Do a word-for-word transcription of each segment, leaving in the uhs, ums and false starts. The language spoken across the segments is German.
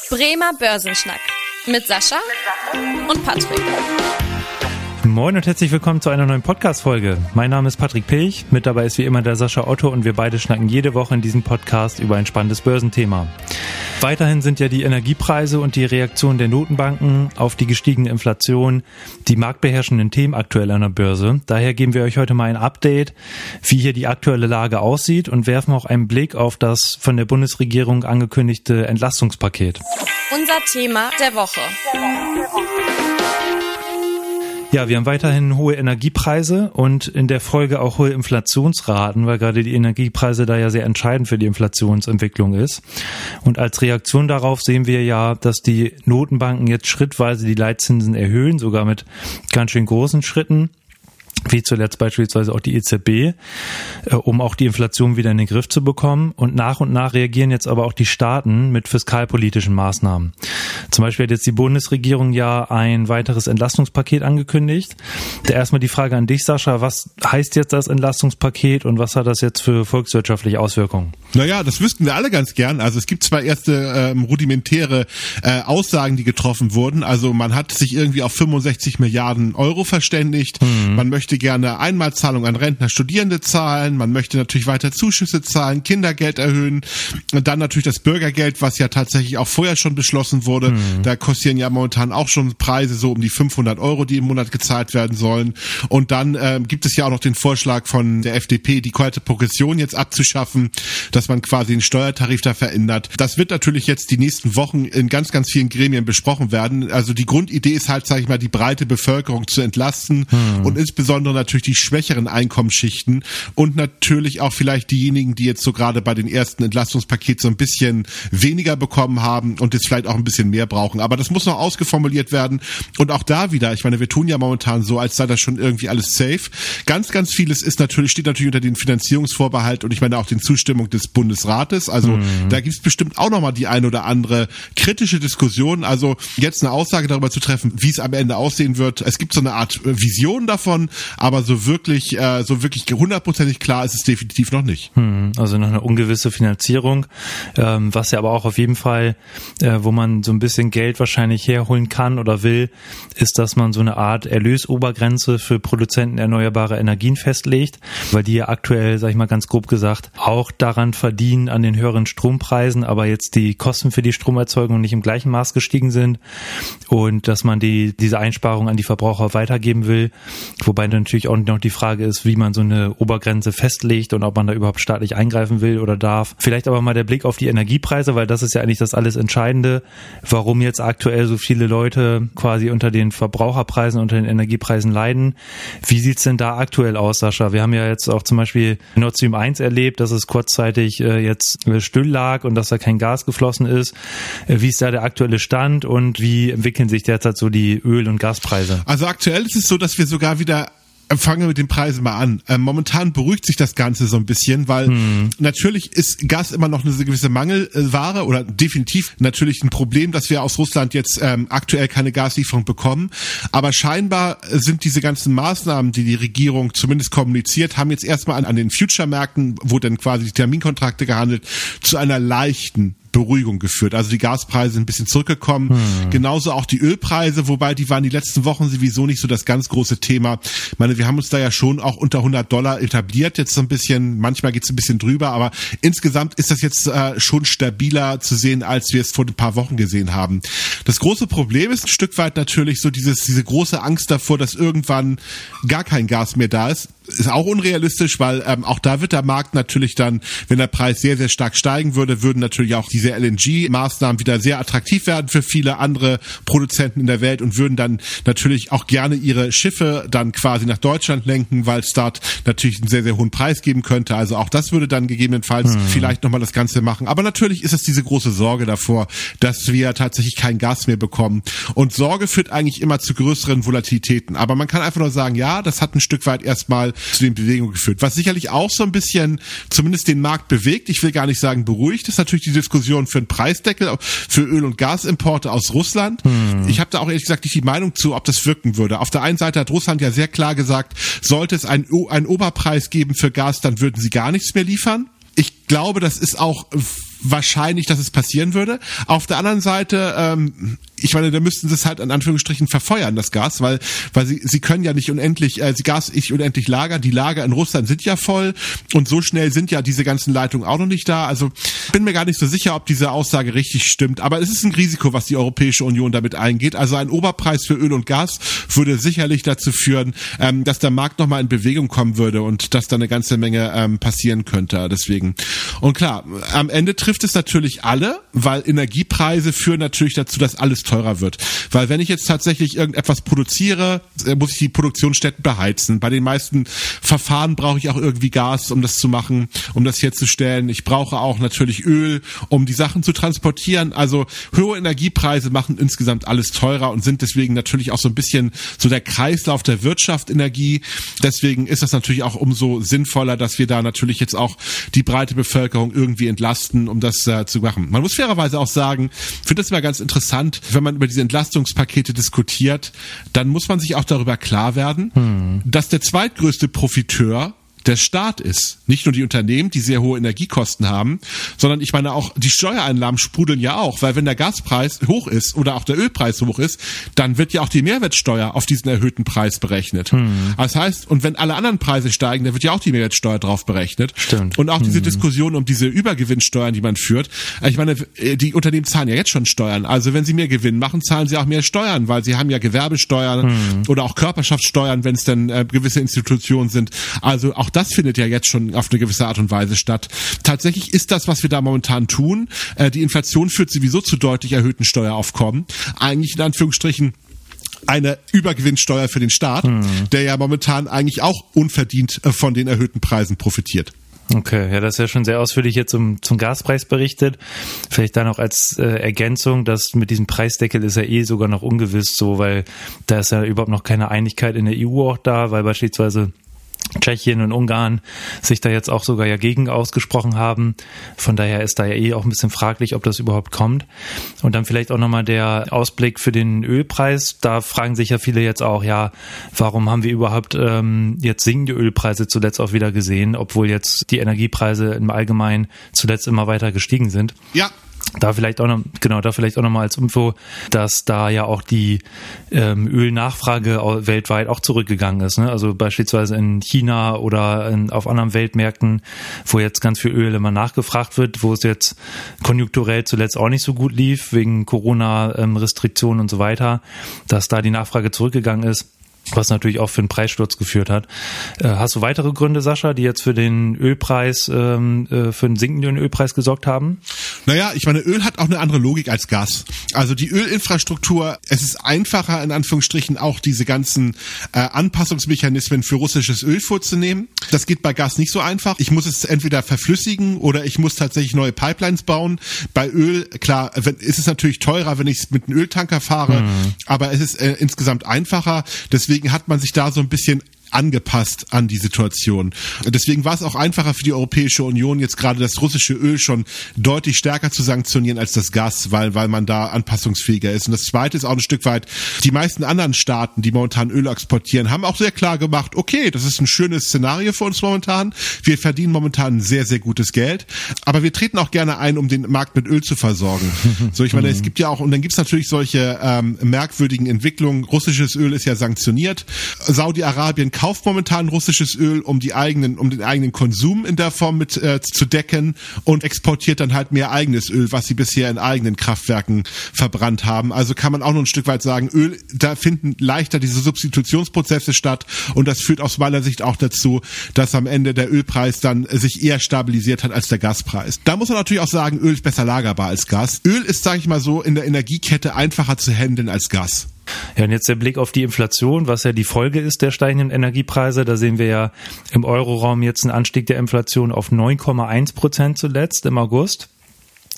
Bremer Börsenschnack mit Sascha und Patrick. Moin und herzlich willkommen zu einer neuen Podcast-Folge. Mein Name ist Patrick Pilch, mit dabei ist wie immer der Sascha Otto und wir beide schnacken jede Woche in diesem Podcast über ein spannendes Börsenthema. Weiterhin sind ja die Energiepreise und die Reaktion der Notenbanken auf die gestiegene Inflation die marktbeherrschenden Themen aktuell an der Börse. Daher geben wir euch heute mal ein Update, wie hier die aktuelle Lage aussieht und werfen auch einen Blick auf das von der Bundesregierung angekündigte Entlastungspaket. Unser Thema der Woche. Ja, wir haben weiterhin hohe Energiepreise und in der Folge auch hohe Inflationsraten, weil gerade die Energiepreise da ja sehr entscheidend für die Inflationsentwicklung ist. Und als Reaktion darauf sehen wir ja, dass die Notenbanken jetzt schrittweise die Leitzinsen erhöhen, sogar mit ganz schön großen Schritten, wie zuletzt beispielsweise auch die E Z B, um auch die Inflation wieder in den Griff zu bekommen. Und nach und nach reagieren jetzt aber auch die Staaten mit fiskalpolitischen Maßnahmen. Zum Beispiel hat jetzt die Bundesregierung ja ein weiteres Entlastungspaket angekündigt. Da erstmal die Frage an dich, Sascha, was heißt jetzt das Entlastungspaket und was hat das jetzt für volkswirtschaftliche Auswirkungen? Naja, das wüssten wir alle ganz gern. Also es gibt zwar erste ähm, rudimentäre äh, Aussagen, die getroffen wurden. Also man hat sich irgendwie auf fünfundsechzig Milliarden Euro verständigt. Mhm. Man möchte gerne Einmalzahlung an Rentner, Studierende zahlen. Man möchte natürlich weiter Zuschüsse zahlen, Kindergeld erhöhen. Und dann natürlich das Bürgergeld, was ja tatsächlich auch vorher schon beschlossen wurde. Mhm. Da kostieren ja momentan auch schon Preise so um die fünfhundert Euro, die im Monat gezahlt werden sollen. Und dann ähm, gibt es ja auch noch den Vorschlag von der F D P, die komplette Progression jetzt abzuschaffen, dass man quasi den Steuertarif da verändert. Das wird natürlich jetzt die nächsten Wochen in ganz, ganz vielen Gremien besprochen werden. Also die Grundidee ist halt, sage ich mal, die breite Bevölkerung zu entlasten mhm. und insbesondere natürlich die schwächeren Einkommensschichten und natürlich auch vielleicht diejenigen, die jetzt so gerade bei den ersten Entlastungspaketen so ein bisschen weniger bekommen haben und jetzt vielleicht auch ein bisschen mehr brauchen. Aber das muss noch ausgeformuliert werden und auch da wieder, ich meine, wir tun ja momentan so, als sei das schon irgendwie alles safe. Ganz, ganz vieles ist natürlich, steht natürlich unter den Finanzierungsvorbehalt und ich meine auch den Zustimmung des Bundesrates. Also mhm. da gibt es bestimmt auch nochmal die ein oder andere kritische Diskussion. Also jetzt eine Aussage darüber zu treffen, wie es am Ende aussehen wird. Es gibt so eine Art Vision davon, aber so wirklich, äh, so wirklich hundertprozentig klar ist es definitiv noch nicht. Hm, also noch eine ungewisse Finanzierung, ähm, was ja aber auch auf jeden Fall, äh, wo man so ein bisschen Geld wahrscheinlich herholen kann oder will, ist, dass man so eine Art Erlösobergrenze für Produzenten erneuerbarer Energien festlegt, weil die ja aktuell, sag ich mal ganz grob gesagt, auch daran verdienen an den höheren Strompreisen, aber jetzt die Kosten für die Stromerzeugung nicht im gleichen Maß gestiegen sind und dass man die diese Einsparung an die Verbraucher weitergeben will, wobei dann natürlich auch noch die Frage ist, wie man so eine Obergrenze festlegt und ob man da überhaupt staatlich eingreifen will oder darf. Vielleicht aber mal der Blick auf die Energiepreise, weil das ist ja eigentlich das alles Entscheidende, warum jetzt aktuell so viele Leute quasi unter den Verbraucherpreisen, unter den Energiepreisen leiden. Wie sieht's denn da aktuell aus, Sascha? Wir haben ja jetzt auch zum Beispiel Nord Stream eins erlebt, dass es kurzzeitig äh, jetzt still lag und dass da kein Gas geflossen ist. Äh, wie ist da der aktuelle Stand und wie entwickeln sich derzeit so die Öl- und Gaspreise? Also aktuell ist es so, dass wir sogar wieder Fangen wir mit den Preisen mal an. Ähm, momentan beruhigt sich das Ganze so ein bisschen, weil hm. natürlich ist Gas immer noch eine gewisse Mangelware oder definitiv natürlich ein Problem, dass wir aus Russland jetzt ähm, aktuell keine Gaslieferung bekommen. Aber scheinbar sind diese ganzen Maßnahmen, die die Regierung zumindest kommuniziert, haben jetzt erstmal an, an den Future-Märkten, wo dann quasi die Terminkontrakte gehandelt, zu einer leichten Beruhigung geführt. Also die Gaspreise sind ein bisschen zurückgekommen. Hm. Genauso auch die Ölpreise, wobei die waren die letzten Wochen sowieso nicht so das ganz große Thema. Ich meine, wir haben uns da ja schon auch unter hundert Dollar etabliert, jetzt so ein bisschen, manchmal geht's ein bisschen drüber, aber insgesamt ist das jetzt äh, schon stabiler zu sehen, als wir es vor ein paar Wochen gesehen haben. Das große Problem ist ein Stück weit natürlich so dieses, diese große Angst davor, dass irgendwann gar kein Gas mehr da ist. Ist auch unrealistisch, weil ähm, auch da wird der Markt natürlich dann, wenn der Preis sehr, sehr stark steigen würde, würden natürlich auch diese L N G-Maßnahmen wieder sehr attraktiv werden für viele andere Produzenten in der Welt und würden dann natürlich auch gerne ihre Schiffe dann quasi nach Deutschland lenken, weil es dort natürlich einen sehr, sehr hohen Preis geben könnte. Also auch das würde dann gegebenenfalls hm. vielleicht nochmal das Ganze machen. Aber natürlich ist es diese große Sorge davor, dass wir tatsächlich kein Gas mehr bekommen. Und Sorge führt eigentlich immer zu größeren Volatilitäten. Aber man kann einfach nur sagen, ja, das hat ein Stück weit erstmal zu den Bewegungen geführt. Was sicherlich auch so ein bisschen zumindest den Markt bewegt, ich will gar nicht sagen beruhigt, ist natürlich die Diskussion für einen Preisdeckel für Öl- und Gasimporte aus Russland. Hm. Ich habe da auch ehrlich gesagt nicht die Meinung zu, ob das wirken würde. Auf der einen Seite hat Russland ja sehr klar gesagt, sollte es einen, einen Oberpreis geben für Gas, dann würden sie gar nichts mehr liefern. Ich glaube, das ist auch wahrscheinlich, dass es passieren würde. Auf der anderen Seite, ähm, ich meine, da müssten sie es halt in Anführungsstrichen verfeuern, das Gas, weil weil sie sie können ja nicht unendlich, äh, sie Gas nicht unendlich lagern. Die Lager in Russland sind ja voll und so schnell sind ja diese ganzen Leitungen auch noch nicht da. Also bin mir gar nicht so sicher, ob diese Aussage richtig stimmt. Aber es ist ein Risiko, was die Europäische Union damit eingeht. Also ein Oberpreis für Öl und Gas würde sicherlich dazu führen, ähm, dass der Markt nochmal in Bewegung kommen würde und dass da eine ganze Menge ähm, passieren könnte. Deswegen. Und klar, am Ende trifft es natürlich alle, weil Energiepreise führen natürlich dazu, dass alles teurer wird. Weil wenn ich jetzt tatsächlich irgendetwas produziere, muss ich die Produktionsstätten beheizen. Bei den meisten Verfahren brauche ich auch irgendwie Gas, um das zu machen, um das herzustellen. Ich brauche auch natürlich Öl, um die Sachen zu transportieren. Also hohe Energiepreise machen insgesamt alles teurer und sind deswegen natürlich auch so ein bisschen so der Kreislauf der Wirtschaft, Energie. Deswegen ist das natürlich auch umso sinnvoller, dass wir da natürlich jetzt auch die breite Bevölkerung irgendwie entlasten, um das äh, zu machen. Man muss fairerweise auch sagen, ich finde das immer ganz interessant, wenn man über diese Entlastungspakete diskutiert, dann muss man sich auch darüber klar werden, hm. dass der zweitgrößte Profiteur der Staat ist. Nicht nur die Unternehmen, die sehr hohe Energiekosten haben, sondern ich meine auch die Steuereinnahmen sprudeln ja auch, weil wenn der Gaspreis hoch ist oder auch der Ölpreis hoch ist, dann wird ja auch die Mehrwertsteuer auf diesen erhöhten Preis berechnet. Hm. Das heißt, und wenn alle anderen Preise steigen, dann wird ja auch die Mehrwertsteuer drauf berechnet. Stimmt. Und auch diese hm. Diskussion um diese Übergewinnsteuern, die man führt, ich meine, die Unternehmen zahlen ja jetzt schon Steuern. Also wenn sie mehr Gewinn machen, zahlen sie auch mehr Steuern, weil sie haben ja Gewerbesteuern hm. oder auch Körperschaftssteuern, wenn es dann äh, gewisse Institutionen sind. Also auch das findet ja jetzt schon auf eine gewisse Art und Weise statt. Tatsächlich ist das, was wir da momentan tun, äh, die Inflation führt sowieso zu deutlich erhöhten Steueraufkommen. Eigentlich in Anführungsstrichen eine Übergewinnsteuer für den Staat, hm. der ja momentan eigentlich auch unverdient äh, von den erhöhten Preisen profitiert. Okay, ja, das ist ja schon sehr ausführlich jetzt zum, zum Gaspreis berichtet. Vielleicht dann auch als äh, Ergänzung, dass mit diesem Preisdeckel ist ja eh sogar noch ungewiss so, weil da ist ja überhaupt noch keine Einigkeit in der E U auch da, weil beispielsweise Tschechien und Ungarn sich da jetzt auch sogar ja gegen ausgesprochen haben. Von daher ist da ja eh auch ein bisschen fraglich, ob das überhaupt kommt. Und dann vielleicht auch nochmal der Ausblick für den Ölpreis. Da fragen sich ja viele jetzt auch, ja, warum haben wir überhaupt ähm, jetzt sinkende Ölpreise zuletzt auch wieder gesehen, obwohl jetzt die Energiepreise im Allgemeinen zuletzt immer weiter gestiegen sind. Ja. Da vielleicht auch noch, genau, da vielleicht auch noch mal als Info, dass da ja auch die ähm, Ölnachfrage weltweit auch zurückgegangen ist. Ne? Also beispielsweise in China oder in, auf anderen Weltmärkten, wo jetzt ganz viel Öl immer nachgefragt wird, wo es jetzt konjunkturell zuletzt auch nicht so gut lief, wegen Corona-Restriktionen und so weiter, dass da die Nachfrage zurückgegangen ist. Was natürlich auch für einen Preissturz geführt hat. Äh, hast du weitere Gründe, Sascha, die jetzt für den Ölpreis, ähm, äh, für einen sinkenden Ölpreis gesorgt haben? Naja, ich meine, Öl hat auch eine andere Logik als Gas. Also die Ölinfrastruktur, es ist einfacher, in Anführungsstrichen, auch diese ganzen äh, Anpassungsmechanismen für russisches Öl vorzunehmen. Das geht bei Gas nicht so einfach. Ich muss es entweder verflüssigen oder ich muss tatsächlich neue Pipelines bauen. Bei Öl, klar, wenn, ist es natürlich teurer, wenn ich es mit einem Öltanker fahre, mhm. aber es ist äh, insgesamt einfacher. Deswegen hat man sich da so ein bisschen angepasst an die Situation. Deswegen war es auch einfacher für die Europäische Union, jetzt gerade das russische Öl schon deutlich stärker zu sanktionieren als das Gas, weil weil man da anpassungsfähiger ist. Und das Zweite ist auch ein Stück weit, die meisten anderen Staaten, die momentan Öl exportieren, haben auch sehr klar gemacht, okay, das ist ein schönes Szenario für uns momentan. Wir verdienen momentan sehr, sehr gutes Geld, aber wir treten auch gerne ein, um den Markt mit Öl zu versorgen. So, ich meine, es gibt ja auch, und dann gibt es natürlich solche ähm, merkwürdigen Entwicklungen. Russisches Öl ist ja sanktioniert. Saudi-Arabien kauft momentan russisches Öl, um die eigenen, um den eigenen Konsum in der Form mit äh, zu decken und exportiert dann halt mehr eigenes Öl, was sie bisher in eigenen Kraftwerken verbrannt haben. Also kann man auch noch ein Stück weit sagen, Öl, da finden leichter diese Substitutionsprozesse statt und das führt aus meiner Sicht auch dazu, dass am Ende der Ölpreis dann sich eher stabilisiert hat als der Gaspreis. Da muss man natürlich auch sagen, Öl ist besser lagerbar als Gas. Öl ist, sage ich mal so, in der Energiekette einfacher zu handeln als Gas. Ja, und jetzt der Blick auf die Inflation, was ja die Folge ist der steigenden Energiepreise. Da sehen wir ja im Euroraum jetzt einen Anstieg der Inflation auf neun Komma eins Prozent zuletzt im August.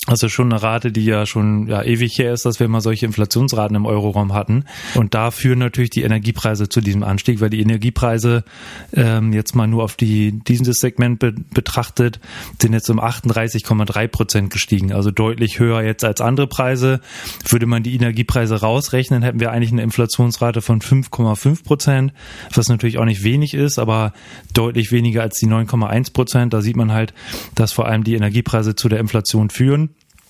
Also schon eine Rate, die ja schon ja, ewig her ist, dass wir mal solche Inflationsraten im Euroraum hatten. Und da führen natürlich die Energiepreise zu diesem Anstieg, weil die Energiepreise ähm, jetzt mal nur auf die dieses Segment be- betrachtet, sind jetzt um achtunddreißig Komma drei Prozent gestiegen. Also deutlich höher jetzt als andere Preise. Würde man die Energiepreise rausrechnen, hätten wir eigentlich eine Inflationsrate von fünf Komma fünf Prozent, was natürlich auch nicht wenig ist, aber deutlich weniger als die neun Komma eins Prozent. Da sieht man halt, dass vor allem die Energiepreise zu der Inflation führen.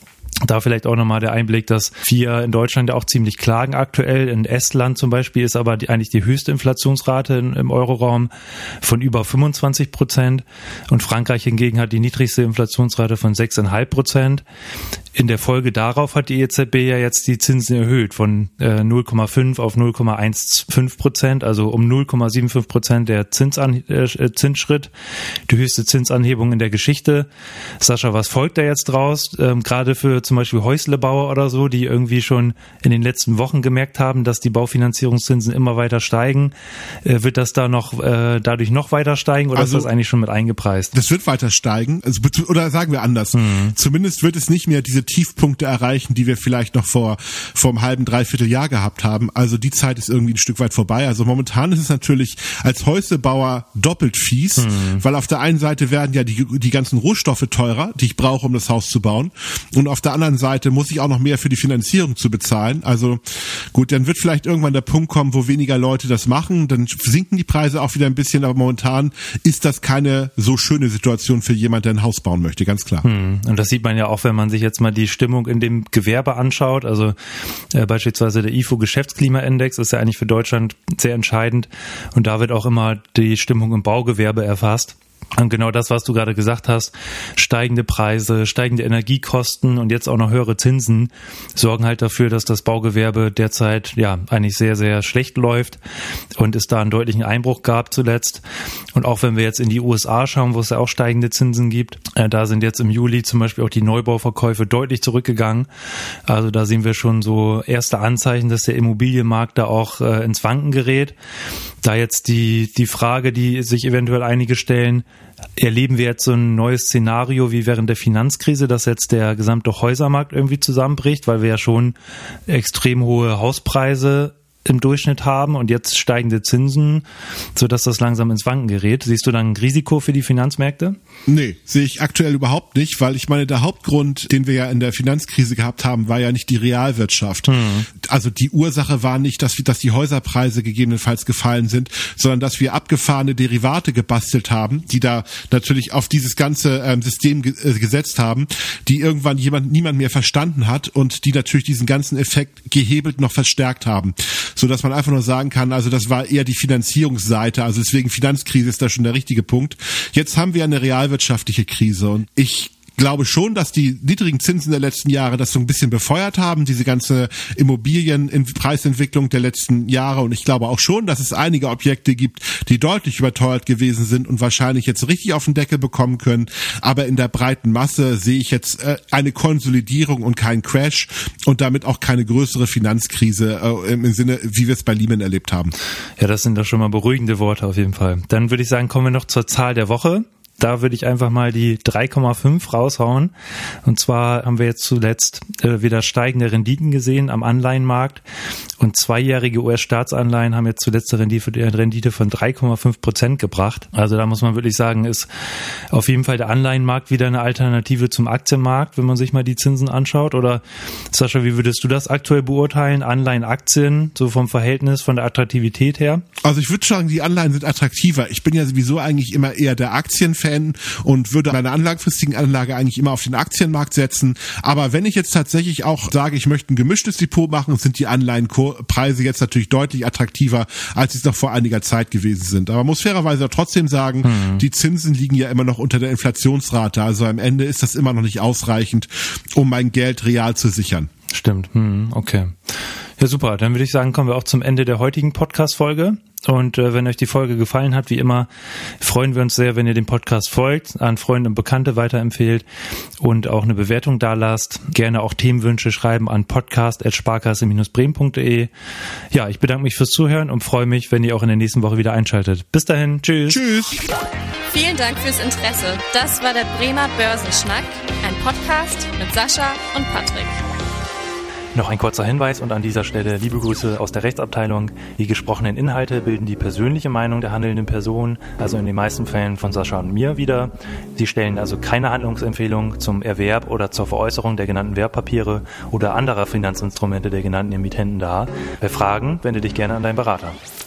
Da vielleicht auch nochmal der Einblick, dass wir in Deutschland ja auch ziemlich klagen aktuell. In Estland zum Beispiel ist aber die, eigentlich die höchste Inflationsrate in, im Euroraum von über fünfundzwanzig Prozent. Und Frankreich hingegen hat die niedrigste Inflationsrate von sechs Komma fünf Prozent. In der Folge darauf hat die E Z B ja jetzt die Zinsen erhöht von äh, null Komma fünf auf null Komma fünfzehn Prozent, also um null Komma fünfundsiebzig Prozent der Zinsan- äh, Zinsschritt, die höchste Zinsanhebung in der Geschichte. Sascha, was folgt da jetzt draus? Ähm, gerade für zum Beispiel Häuslebauer oder so, die irgendwie schon in den letzten Wochen gemerkt haben, dass die Baufinanzierungszinsen immer weiter steigen. Äh, wird das da noch äh, dadurch noch weiter steigen oder also, ist das eigentlich schon mit eingepreist? Das wird weiter steigen, also, oder sagen wir anders. Mhm. Zumindest wird es nicht mehr diese Tiefpunkte erreichen, die wir vielleicht noch vor vor einem halben, dreiviertel Jahr gehabt haben. Also die Zeit ist irgendwie ein Stück weit vorbei. Also momentan ist es natürlich als Häuslebauer doppelt fies, mhm. weil auf der einen Seite werden ja die die ganzen Rohstoffe teurer, die ich brauche, um das Haus zu bauen, und auf der anderen Seite muss ich auch noch mehr für die Finanzierung zu bezahlen. Also gut, dann wird vielleicht irgendwann der Punkt kommen, wo weniger Leute das machen, dann sinken die Preise auch wieder ein bisschen, aber momentan ist das keine so schöne Situation für jemand, der ein Haus bauen möchte, ganz klar. Mhm. Und das sieht man ja auch, wenn man sich jetzt mal die Stimmung in dem Gewerbe anschaut, also äh, beispielsweise der I F O-Geschäftsklimaindex ist ja eigentlich für Deutschland sehr entscheidend und da wird auch immer die Stimmung im Baugewerbe erfasst. Und genau das, was du gerade gesagt hast, steigende Preise, steigende Energiekosten und jetzt auch noch höhere Zinsen sorgen halt dafür, dass das Baugewerbe derzeit ja eigentlich sehr, sehr schlecht läuft und es da einen deutlichen Einbruch gab zuletzt. Und auch wenn wir jetzt in die U S A schauen, wo es ja auch steigende Zinsen gibt, äh, da sind jetzt im Juli zum Beispiel auch die Neubauverkäufe deutlich zurückgegangen. Also da sehen wir schon so erste Anzeichen, dass der Immobilienmarkt da auch äh, ins Wanken gerät. Da jetzt die die Frage, die sich eventuell einige stellen, erleben wir jetzt so ein neues Szenario wie während der Finanzkrise, dass jetzt der gesamte Häusermarkt irgendwie zusammenbricht, weil wir ja schon extrem hohe Hauspreise im Durchschnitt haben und jetzt steigende Zinsen, sodass das langsam ins Wanken gerät. Siehst du dann ein Risiko für die Finanzmärkte? Nee, sehe ich aktuell überhaupt nicht, weil ich meine, der Hauptgrund, den wir ja in der Finanzkrise gehabt haben, war ja nicht die Realwirtschaft. Hm. Also die Ursache war nicht, dass, wir, dass die Häuserpreise gegebenenfalls gefallen sind, sondern dass wir abgefahrene Derivate gebastelt haben, die da natürlich auf dieses ganze ähm, System ge- äh, gesetzt haben, die irgendwann jemand niemand mehr verstanden hat und die natürlich diesen ganzen Effekt gehebelt noch verstärkt haben. So dass man einfach nur sagen kann, also das war eher die Finanzierungsseite, also deswegen Finanzkrise ist da schon der richtige Punkt. Jetzt haben wir eine realwirtschaftliche Krise und ich glaube schon, dass die niedrigen Zinsen der letzten Jahre das so ein bisschen befeuert haben, diese ganze Immobilienpreisentwicklung der letzten Jahre, und ich glaube auch schon, dass es einige Objekte gibt, die deutlich überteuert gewesen sind und wahrscheinlich jetzt richtig auf den Deckel bekommen können, aber in der breiten Masse sehe ich jetzt äh, eine Konsolidierung und keinen Crash und damit auch keine größere Finanzkrise äh, im Sinne, wie wir es bei Lehman erlebt haben. Ja, das sind doch schon mal beruhigende Worte auf jeden Fall. Dann würde ich sagen, kommen wir noch zur Zahl der Woche. Da würde ich einfach mal die drei Komma fünf raushauen. Und zwar haben wir jetzt zuletzt äh, wieder steigende Renditen gesehen am Anleihenmarkt. Und zweijährige U S-Staatsanleihen haben jetzt zuletzt eine Rendite von drei Komma fünf Prozent gebracht. Also da muss man wirklich sagen, ist auf jeden Fall der Anleihenmarkt wieder eine Alternative zum Aktienmarkt, wenn man sich mal die Zinsen anschaut. Oder Sascha, wie würdest du das aktuell beurteilen? Anleihen, Aktien, so vom Verhältnis, von der Attraktivität her? Also ich würde sagen, die Anleihen sind attraktiver. Ich bin ja sowieso eigentlich immer eher der Aktienfan und würde meine langfristigen Anlage eigentlich immer auf den Aktienmarkt setzen. Aber wenn ich jetzt tatsächlich auch sage, ich möchte ein gemischtes Depot machen, sind die Anleihenpreise jetzt natürlich deutlich attraktiver, als sie es noch vor einiger Zeit gewesen sind. Aber man muss fairerweise trotzdem sagen, hm. die Zinsen liegen ja immer noch unter der Inflationsrate. Also am Ende ist das immer noch nicht ausreichend, um mein Geld real zu sichern. Stimmt, hm, okay. Ja, super. Dann würde ich sagen, kommen wir auch zum Ende der heutigen Podcast-Folge. Und äh, wenn euch die Folge gefallen hat, wie immer, freuen wir uns sehr, wenn ihr dem Podcast folgt, an Freunde und Bekannte weiterempfehlt und auch eine Bewertung dalasst. Gerne auch Themenwünsche schreiben an podcast at sparkasse Bindestrich bremen punkt de. Ja, ich bedanke mich fürs Zuhören und freue mich, wenn ihr auch in der nächsten Woche wieder einschaltet. Bis dahin, tschüss. Tschüss. Vielen Dank fürs Interesse. Das war der Bremer Börsenschnack, ein Podcast mit Sascha und Patrick. Noch ein kurzer Hinweis und an dieser Stelle liebe Grüße aus der Rechtsabteilung. Die gesprochenen Inhalte bilden die persönliche Meinung der handelnden Person, also in den meisten Fällen von Sascha und mir wider. Sie stellen also keine Handlungsempfehlung zum Erwerb oder zur Veräußerung der genannten Wertpapiere oder anderer Finanzinstrumente der genannten Emittenten dar. Bei Fragen wende dich gerne an deinen Berater.